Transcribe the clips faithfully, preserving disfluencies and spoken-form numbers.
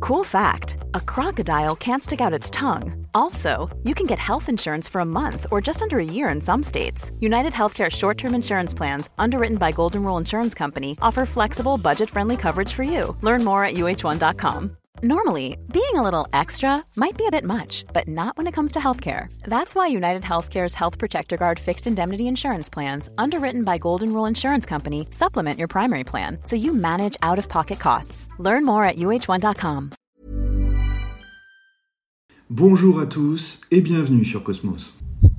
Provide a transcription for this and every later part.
Cool fact, a crocodile can't stick out its tongue. Also, you can get health insurance for a month or just under a year in some states. United Healthcare short-term insurance plans, underwritten by Golden Rule Insurance Company, offer flexible, budget-friendly coverage for you. Learn more at U H one dot com. Normally, being a little extra might be a bit much, but not when it comes to healthcare. That's why United Healthcare's Health Protector Guard fixed indemnity insurance plans, underwritten by Golden Rule Insurance Company, supplement your primary plan so you manage out-of-pocket costs. Learn more at U H one dot com. Bonjour à tous et bienvenue sur Cosmos.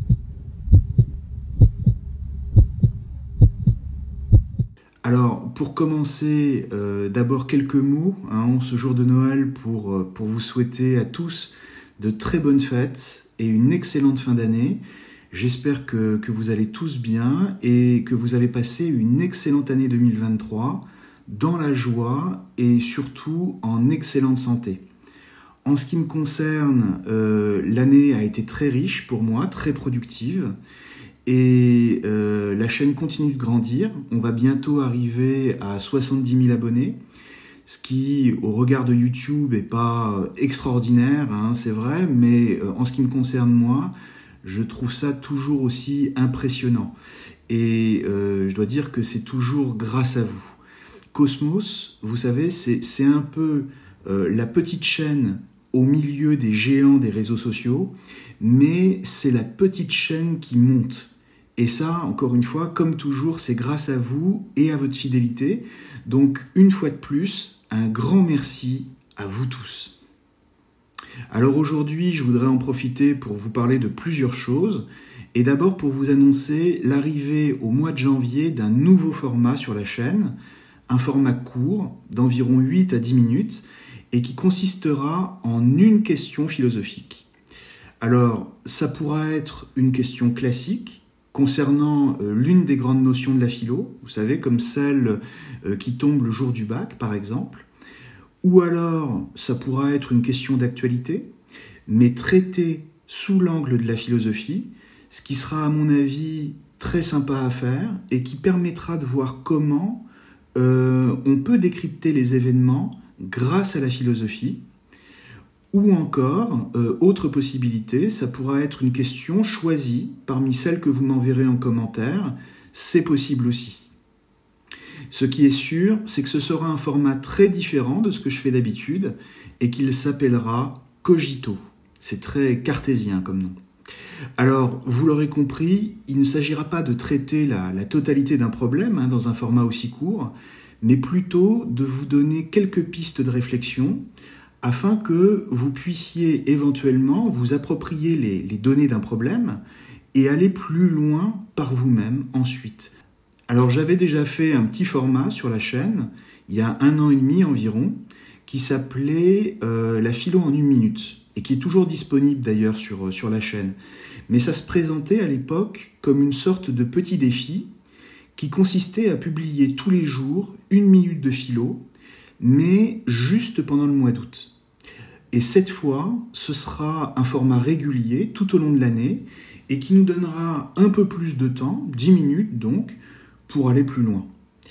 Alors, pour commencer, euh, d'abord quelques mots hein, en ce jour de Noël pour, euh, pour vous souhaiter à tous de très bonnes fêtes et une excellente fin d'année. J'espère que, que vous allez tous bien et que vous avez passé une excellente année deux mille vingt-trois dans la joie et surtout en excellente santé. En ce qui me concerne, euh, l'année a été très riche pour moi, très productive. Et euh, la chaîne continue de grandir. On va bientôt arriver à soixante-dix mille abonnés, ce qui, au regard de YouTube, n'est pas extraordinaire, hein, c'est vrai, mais euh, en ce qui me concerne moi, je trouve ça toujours aussi impressionnant. Et euh, je dois dire que c'est toujours grâce à vous. Cosmos, vous savez, c'est, c'est un peu euh, la petite chaîne au milieu des géants des réseaux sociaux, mais c'est la petite chaîne qui monte. Et ça, encore une fois, comme toujours, c'est grâce à vous et à votre fidélité. Donc, une fois de plus, un grand merci à vous tous. Alors aujourd'hui, je voudrais en profiter pour vous parler de plusieurs choses. Et d'abord pour vous annoncer l'arrivée au mois de janvier d'un nouveau format sur la chaîne, un format court d'environ huit à dix minutes et qui consistera en une question philosophique. Alors, ça pourra être une question classique, concernant euh, l'une des grandes notions de la philo, vous savez, comme celle euh, qui tombe le jour du bac, par exemple, ou alors ça pourra être une question d'actualité, mais traitée sous l'angle de la philosophie, ce qui sera à mon avis très sympa à faire et qui permettra de voir comment euh, on peut décrypter les événements grâce à la philosophie. Ou encore, euh, autre possibilité, ça pourra être une question choisie parmi celles que vous m'enverrez en commentaire. C'est possible aussi. Ce qui est sûr, c'est que ce sera un format très différent de ce que je fais d'habitude et qu'il s'appellera Cogito. C'est très cartésien comme nom. Alors, vous l'aurez compris, il ne s'agira pas de traiter la, la totalité d'un problème hein, dans un format aussi court, mais plutôt de vous donner quelques pistes de réflexion afin que vous puissiez éventuellement vous approprier les, les données d'un problème et aller plus loin par vous-même ensuite. Alors j'avais déjà fait un petit format sur la chaîne, il y a un an et demi environ, qui s'appelait euh, La philo en une minute, et qui est toujours disponible d'ailleurs sur, sur la chaîne. Mais ça se présentait à l'époque comme une sorte de petit défi qui consistait à publier tous les jours une minute de philo, mais juste pendant le mois d'août. Et cette fois, ce sera un format régulier tout au long de l'année et qui nous donnera un peu plus de temps, dix minutes donc, pour aller plus loin.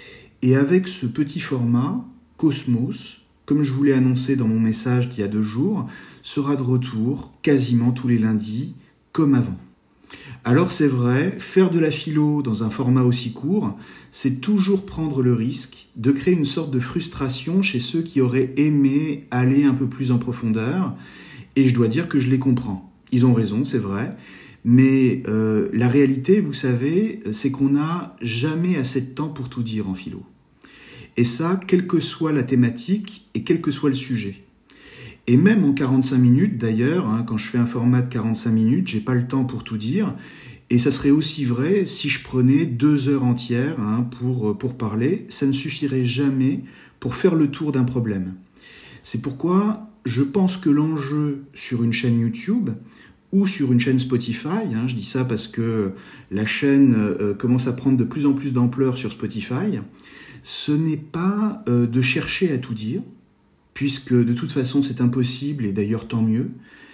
Et avec ce petit format, Cosmos, comme je vous l'ai annoncé dans mon message d'il y a deux jours, sera de retour quasiment tous les lundis, comme avant. Alors c'est vrai, faire de la philo dans un format aussi court, c'est toujours prendre le risque de créer une sorte de frustration chez ceux qui auraient aimé aller un peu plus en profondeur. Et je dois dire que je les comprends. Ils ont raison, c'est vrai. Mais euh, la réalité, vous savez, c'est qu'on n'a jamais assez de temps pour tout dire en philo. Et ça, quelle que soit la thématique et quel que soit le sujet. Et même en quarante-cinq minutes, d'ailleurs, hein, quand je fais un format de quarante-cinq minutes, j'ai pas le temps pour tout dire. Et ça serait aussi vrai si je prenais deux heures entières hein, pour, pour parler. Ça ne suffirait jamais pour faire le tour d'un problème. C'est pourquoi je pense que l'enjeu sur une chaîne YouTube ou sur une chaîne Spotify, hein, je dis ça parce que la chaîne euh, commence à prendre de plus en plus d'ampleur sur Spotify, ce n'est pas euh, de chercher à tout dire, puisque de toute façon c'est impossible, et d'ailleurs tant mieux,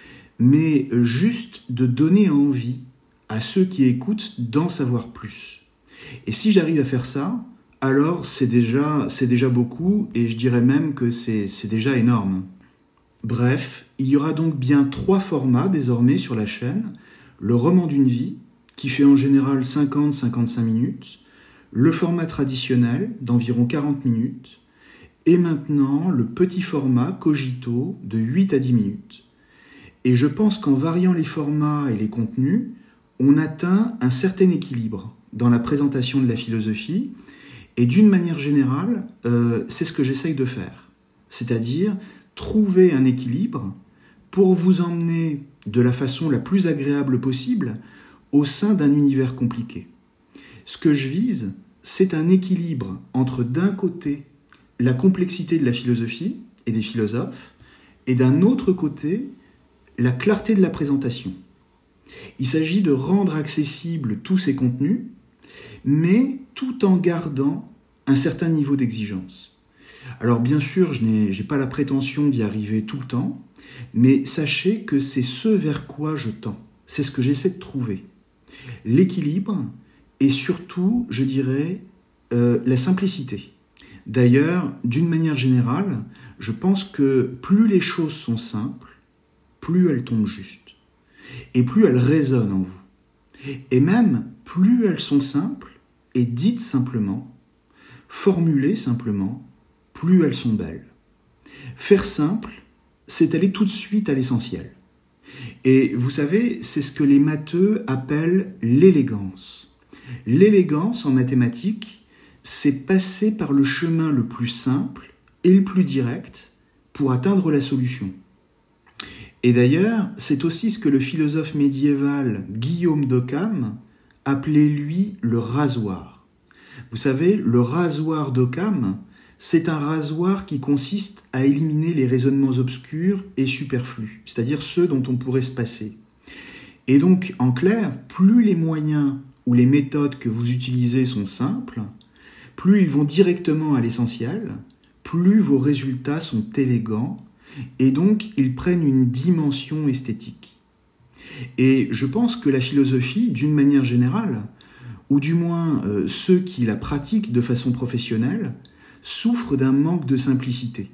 mais juste de donner envie à ceux qui écoutent d'en savoir plus. Et si j'arrive à faire ça, alors c'est déjà, c'est déjà beaucoup, et je dirais même que c'est, c'est déjà énorme. Bref, il y aura donc bien trois formats désormais sur la chaîne. Le roman d'une vie, qui fait en général cinquante à cinquante-cinq minutes, le format traditionnel d'environ quarante minutes, et maintenant le petit format Cogito de huit à dix minutes. Et je pense qu'en variant les formats et les contenus, on atteint un certain équilibre dans la présentation de la philosophie, et d'une manière générale, euh, c'est ce que j'essaye de faire. C'est-à-dire trouver un équilibre pour vous emmener de la façon la plus agréable possible au sein d'un univers compliqué. Ce que je vise, c'est un équilibre entre d'un côté la complexité de la philosophie et des philosophes, et d'un autre côté la clarté de la présentation. Il s'agit de rendre accessibles tous ces contenus, mais tout en gardant un certain niveau d'exigence. Alors bien sûr, je n'ai j'ai pas la prétention d'y arriver tout le temps, mais sachez que c'est ce vers quoi je tends. C'est ce que j'essaie de trouver. L'équilibre et surtout, je dirais, euh, la simplicité. D'ailleurs, d'une manière générale, je pense que plus les choses sont simples, plus elles tombent justes. Et plus elles résonnent en vous. Et même, plus elles sont simples et dites simplement, formulées simplement, plus elles sont belles. Faire simple, c'est aller tout de suite à l'essentiel. Et vous savez, c'est ce que les matheux appellent l'élégance. L'élégance en mathématiques, c'est passer par le chemin le plus simple et le plus direct pour atteindre la solution. Et d'ailleurs, c'est aussi ce que le philosophe médiéval Guillaume d'Occam appelait lui le rasoir. Vous savez, le rasoir d'Occam, c'est un rasoir qui consiste à éliminer les raisonnements obscurs et superflus, c'est-à-dire ceux dont on pourrait se passer. Et donc, en clair, plus les moyens ou les méthodes que vous utilisez sont simples, plus ils vont directement à l'essentiel, plus vos résultats sont élégants, et donc ils prennent une dimension esthétique. Et je pense que la philosophie, d'une manière générale, ou du moins euh, ceux qui la pratiquent de façon professionnelle, souffrent d'un manque de simplicité.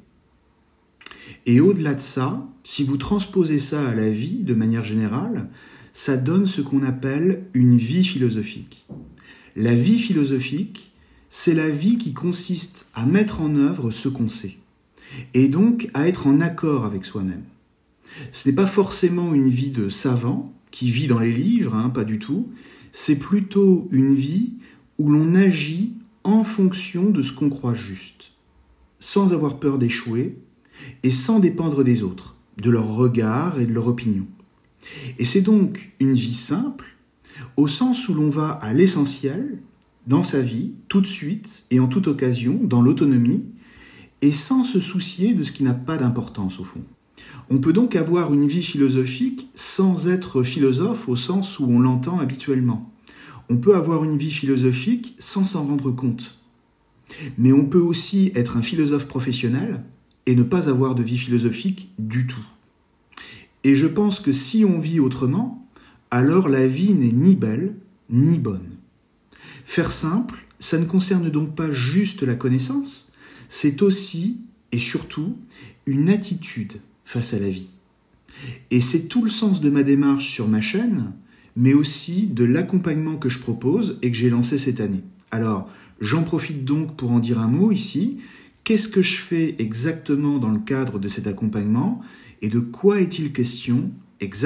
Et au-delà de ça, si vous transposez ça à la vie de manière générale, ça donne ce qu'on appelle une vie philosophique. La vie philosophique, c'est la vie qui consiste à mettre en œuvre ce qu'on sait, et donc à être en accord avec soi-même. Ce n'est pas forcément une vie de savant qui vit dans les livres, hein, pas du tout. C'est plutôt une vie où l'on agit en fonction de ce qu'on croit juste, sans avoir peur d'échouer et sans dépendre des autres, de leur regard et de leur opinion. Et c'est donc une vie simple, au sens où l'on va à l'essentiel, dans sa vie, tout de suite et en toute occasion, dans l'autonomie, et sans se soucier de ce qui n'a pas d'importance au fond. On peut donc avoir une vie philosophique sans être philosophe au sens où on l'entend habituellement. On peut avoir une vie philosophique sans s'en rendre compte. Mais on peut aussi être un philosophe professionnel et ne pas avoir de vie philosophique du tout. Et je pense que si on vit autrement, alors la vie n'est ni belle ni bonne. Faire simple, ça ne concerne donc pas juste la connaissance, c'est aussi et surtout une attitude face à la vie. Et c'est tout le sens de ma démarche sur ma chaîne, mais aussi de l'accompagnement que je propose et que j'ai lancé cette année. Alors, j'en profite donc pour en dire un mot ici. Qu'est-ce que je fais exactement dans le cadre de cet accompagnement et de quoi est-il question exactement ?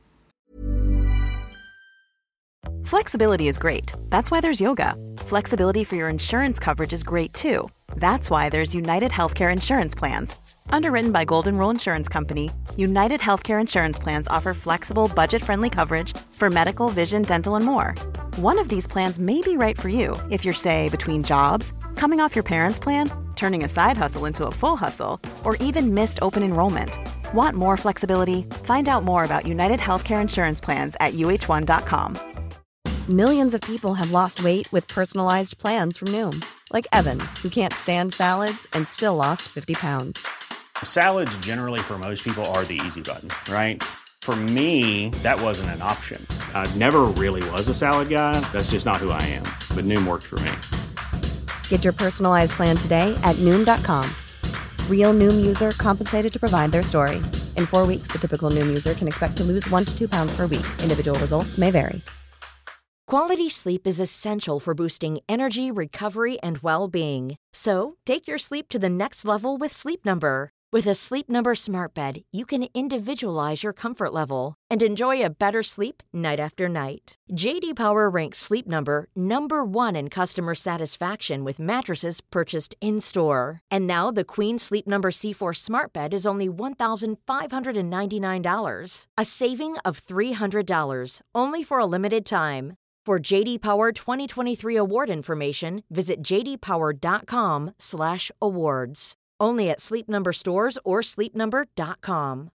Flexibility is great. That's why there's yoga. Flexibility for your insurance coverage is great too. That's why there's United Healthcare Insurance Plans. Underwritten by Golden Rule Insurance Company, United Healthcare Insurance Plans offer flexible, budget-friendly coverage for medical, vision, dental, and more. One of these plans may be right for you if you're, say, between jobs, coming off your parents' plan, turning a side hustle into a full hustle, or even missed open enrollment. Want more flexibility? Find out more about United Healthcare Insurance Plans at U H one dot com. Millions of people have lost weight with personalized plans from Noom. Like Evan, who can't stand salads and still lost fifty pounds. Salads generally for most people are the easy button, right? For me, that wasn't an option. I never really was a salad guy. That's just not who I am. But Noom worked for me. Get your personalized plan today at Noom dot com. Real Noom user compensated to provide their story. In four weeks, the typical Noom user can expect to lose one to two pounds per week. Individual results may vary. Quality sleep is essential for boosting energy, recovery, and well-being. So, take your sleep to the next level with Sleep Number. With a Sleep Number smart bed, you can individualize your comfort level and enjoy a better sleep night after night. J D Power ranks Sleep Number number one in customer satisfaction with mattresses purchased in-store. And now the Queen Sleep Number C four smart bed is only one thousand five hundred ninety-nine dollars, a saving of three hundred dollars, only for a limited time. For J D Power twenty twenty-three award information, visit j d power dot com slash awards. Only at Sleep Number stores or sleep number dot com.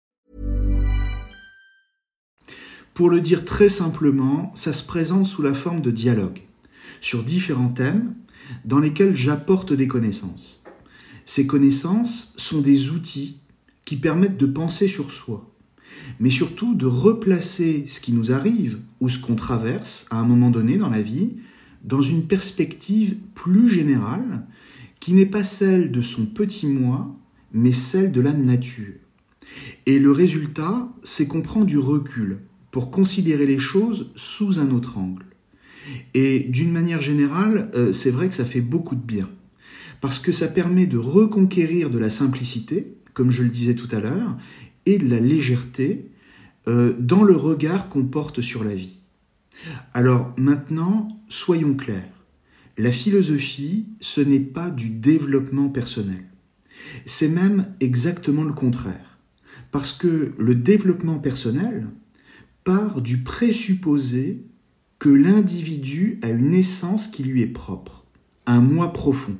Pour le dire très simplement, ça se présente sous la forme de dialogues sur différents thèmes dans lesquels j'apporte des connaissances. Ces connaissances sont des outils qui permettent de penser sur soi, mais surtout de replacer ce qui nous arrive ou ce qu'on traverse à un moment donné dans la vie dans une perspective plus générale qui n'est pas celle de son petit moi, mais celle de la nature. Et le résultat, c'est qu'on prend du recul pour considérer les choses sous un autre angle. Et d'une manière générale, euh, c'est vrai que ça fait beaucoup de bien, parce que ça permet de reconquérir de la simplicité, comme je le disais tout à l'heure, et de la légèreté euh, dans le regard qu'on porte sur la vie. Alors maintenant, soyons clairs. La philosophie, ce n'est pas du développement personnel. C'est même exactement le contraire. Parce que le développement personnel part du présupposé que l'individu a une essence qui lui est propre, un moi profond,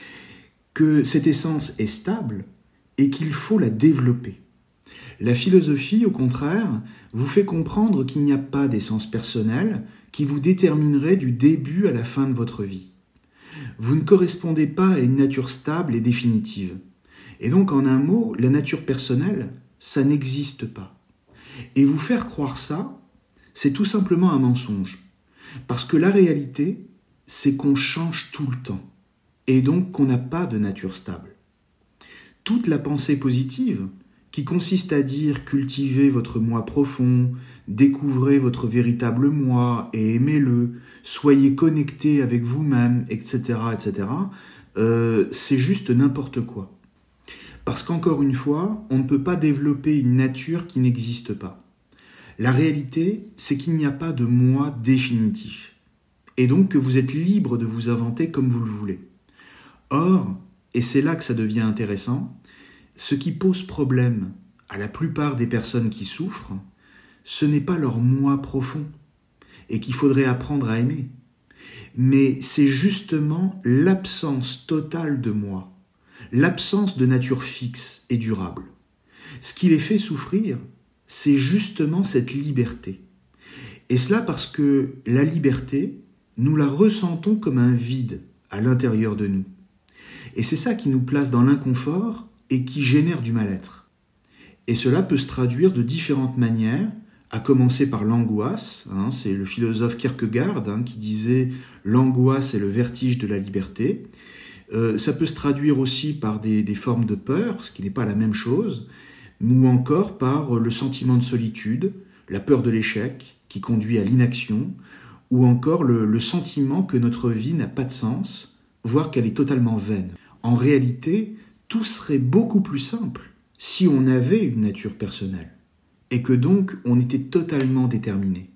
que cette essence est stable et qu'il faut la développer. La philosophie, au contraire, vous fait comprendre qu'il n'y a pas d'essence personnelle qui vous déterminerait du début à la fin de votre vie. Vous ne correspondez pas à une nature stable et définitive. Et donc, en un mot, la nature personnelle, ça n'existe pas. Et vous faire croire ça, c'est tout simplement un mensonge. Parce que la réalité, c'est qu'on change tout le temps. Et donc qu'on n'a pas de nature stable. Toute la pensée positive, qui consiste à dire cultivez votre moi profond, découvrez votre véritable moi et aimez-le, soyez connecté avec vous-même, et cetera, et cetera, euh, c'est juste n'importe quoi. Parce qu'encore une fois, on ne peut pas développer une nature qui n'existe pas. La réalité, c'est qu'il n'y a pas de moi définitif. Et donc que vous êtes libre de vous inventer comme vous le voulez. Or, et c'est là que ça devient intéressant, ce qui pose problème à la plupart des personnes qui souffrent, ce n'est pas leur moi profond et qu'il faudrait apprendre à aimer, mais c'est justement l'absence totale de moi, l'absence de nature fixe et durable. Ce qui les fait souffrir, c'est justement cette liberté. Et cela parce que la liberté, nous la ressentons comme un vide à l'intérieur de nous. Et c'est ça qui nous place dans l'inconfort et qui génère du mal-être. Et cela peut se traduire de différentes manières, à commencer par l'angoisse, hein, c'est le philosophe Kierkegaard hein, qui disait « l'angoisse est le vertige de la liberté ». Euh, ça peut se traduire aussi par des, des formes de peur, ce qui n'est pas la même chose, ou encore par le sentiment de solitude, la peur de l'échec qui conduit à l'inaction, ou encore le, le sentiment que notre vie n'a pas de sens, voire qu'elle est totalement vaine. En réalité, tout serait beaucoup plus simple si on avait une nature personnelle et que donc on était totalement déterminé.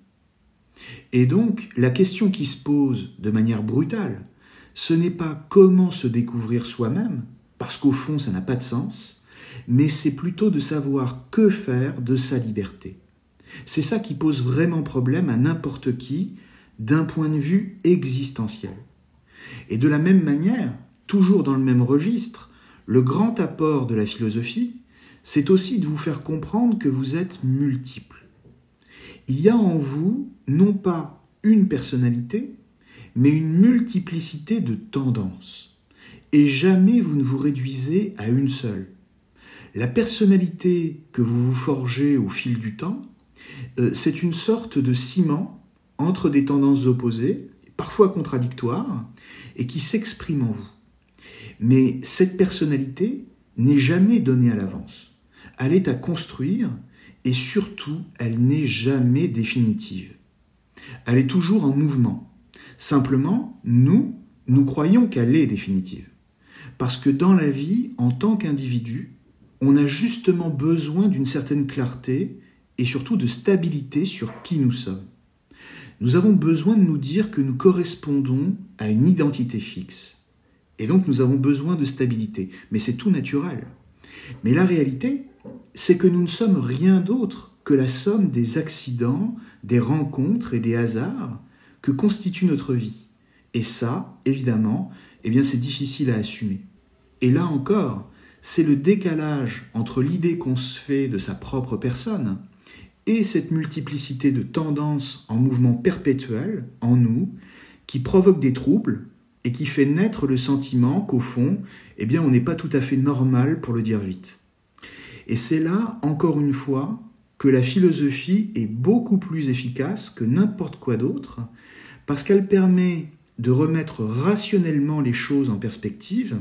Et donc, la question qui se pose de manière brutale, ce n'est pas comment se découvrir soi-même, parce qu'au fond ça n'a pas de sens, mais c'est plutôt de savoir que faire de sa liberté. C'est ça qui pose vraiment problème à n'importe qui d'un point de vue existentiel. Et de la même manière, toujours dans le même registre, le grand apport de la philosophie, c'est aussi de vous faire comprendre que vous êtes multiples. Il y a en vous, non pas une personnalité, mais une multiplicité de tendances. Et jamais vous ne vous réduisez à une seule. La personnalité que vous vous forgez au fil du temps, euh, c'est une sorte de ciment entre des tendances opposées, parfois contradictoires, et qui s'expriment en vous. Mais cette personnalité, n'est jamais donnée à l'avance. Elle est à construire et surtout, elle n'est jamais définitive. Elle est toujours en mouvement. Simplement, nous, nous croyons qu'elle est définitive. Parce que dans la vie, en tant qu'individu, on a justement besoin d'une certaine clarté et surtout de stabilité sur qui nous sommes. Nous avons besoin de nous dire que nous correspondons à une identité fixe. Et donc nous avons besoin de stabilité. Mais c'est tout naturel. Mais la réalité, c'est que nous ne sommes rien d'autre que la somme des accidents, des rencontres et des hasards que constitue notre vie. Et ça, évidemment, eh bien, c'est difficile à assumer. Et là encore, c'est le décalage entre l'idée qu'on se fait de sa propre personne et cette multiplicité de tendances en mouvement perpétuel en nous qui provoque des troubles et qui fait naître le sentiment qu'au fond, eh bien, on n'est pas tout à fait normal pour le dire vite. Et c'est là, encore une fois, que la philosophie est beaucoup plus efficace que n'importe quoi d'autre, parce qu'elle permet de remettre rationnellement les choses en perspective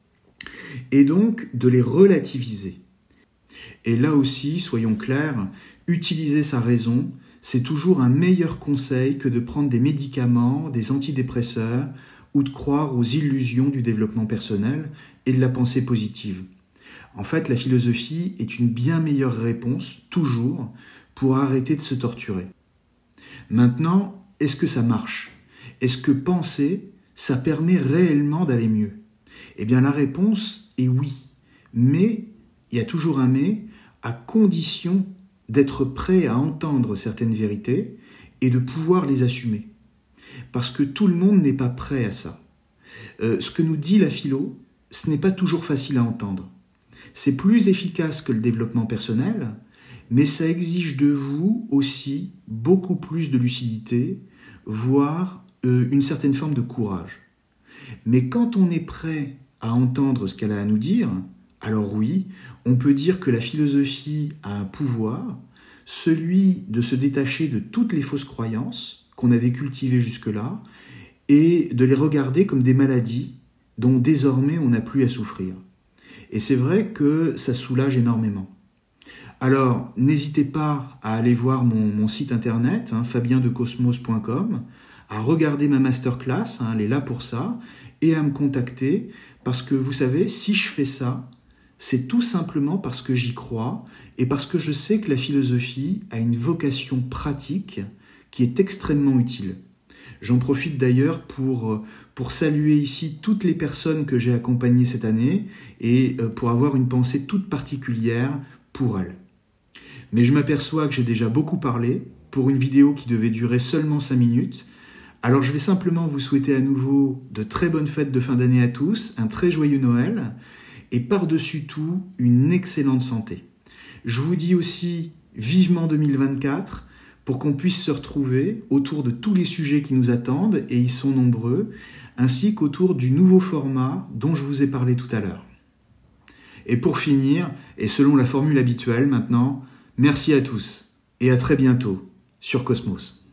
et donc de les relativiser. Et là aussi, soyons clairs, utiliser sa raison, c'est toujours un meilleur conseil que de prendre des médicaments, des antidépresseurs ou de croire aux illusions du développement personnel et de la pensée positive. En fait, la philosophie est une bien meilleure réponse, toujours, pour arrêter de se torturer. Maintenant, est-ce que ça marche ? Est-ce que penser, ça permet réellement d'aller mieux ? Eh bien, la réponse est oui. Mais, il y a toujours un mais, à condition d'être prêt à entendre certaines vérités et de pouvoir les assumer. Parce que tout le monde n'est pas prêt à ça. Euh, ce que nous dit la philo, ce n'est pas toujours facile à entendre. C'est plus efficace que le développement personnel, mais ça exige de vous aussi beaucoup plus de lucidité, voire euh, une certaine forme de courage. Mais quand on est prêt à entendre ce qu'elle a à nous dire, alors oui, on peut dire que la philosophie a un pouvoir, celui de se détacher de toutes les fausses croyances qu'on avait cultivées jusque-là et de les regarder comme des maladies dont désormais on n'a plus à souffrir. Et c'est vrai que ça soulage énormément. Alors, n'hésitez pas à aller voir mon, mon site internet, hein, fabien de cosmos point com, à regarder ma masterclass, hein, elle est là pour ça, et à me contacter, parce que vous savez, si je fais ça, c'est tout simplement parce que j'y crois, et parce que je sais que la philosophie a une vocation pratique qui est extrêmement utile. J'en profite d'ailleurs pour, pour saluer ici toutes les personnes que j'ai accompagnées cette année et pour avoir une pensée toute particulière pour elles. Mais je m'aperçois que j'ai déjà beaucoup parlé pour une vidéo qui devait durer seulement cinq minutes. Alors je vais simplement vous souhaiter à nouveau de très bonnes fêtes de fin d'année à tous, un très joyeux Noël et par-dessus tout une excellente santé. Je vous dis aussi vivement deux mille vingt-quatre pour qu'on puisse se retrouver autour de tous les sujets qui nous attendent, et ils sont nombreux, ainsi qu'autour du nouveau format dont je vous ai parlé tout à l'heure. Et pour finir, et selon la formule habituelle maintenant, merci à tous et à très bientôt sur Cosmos.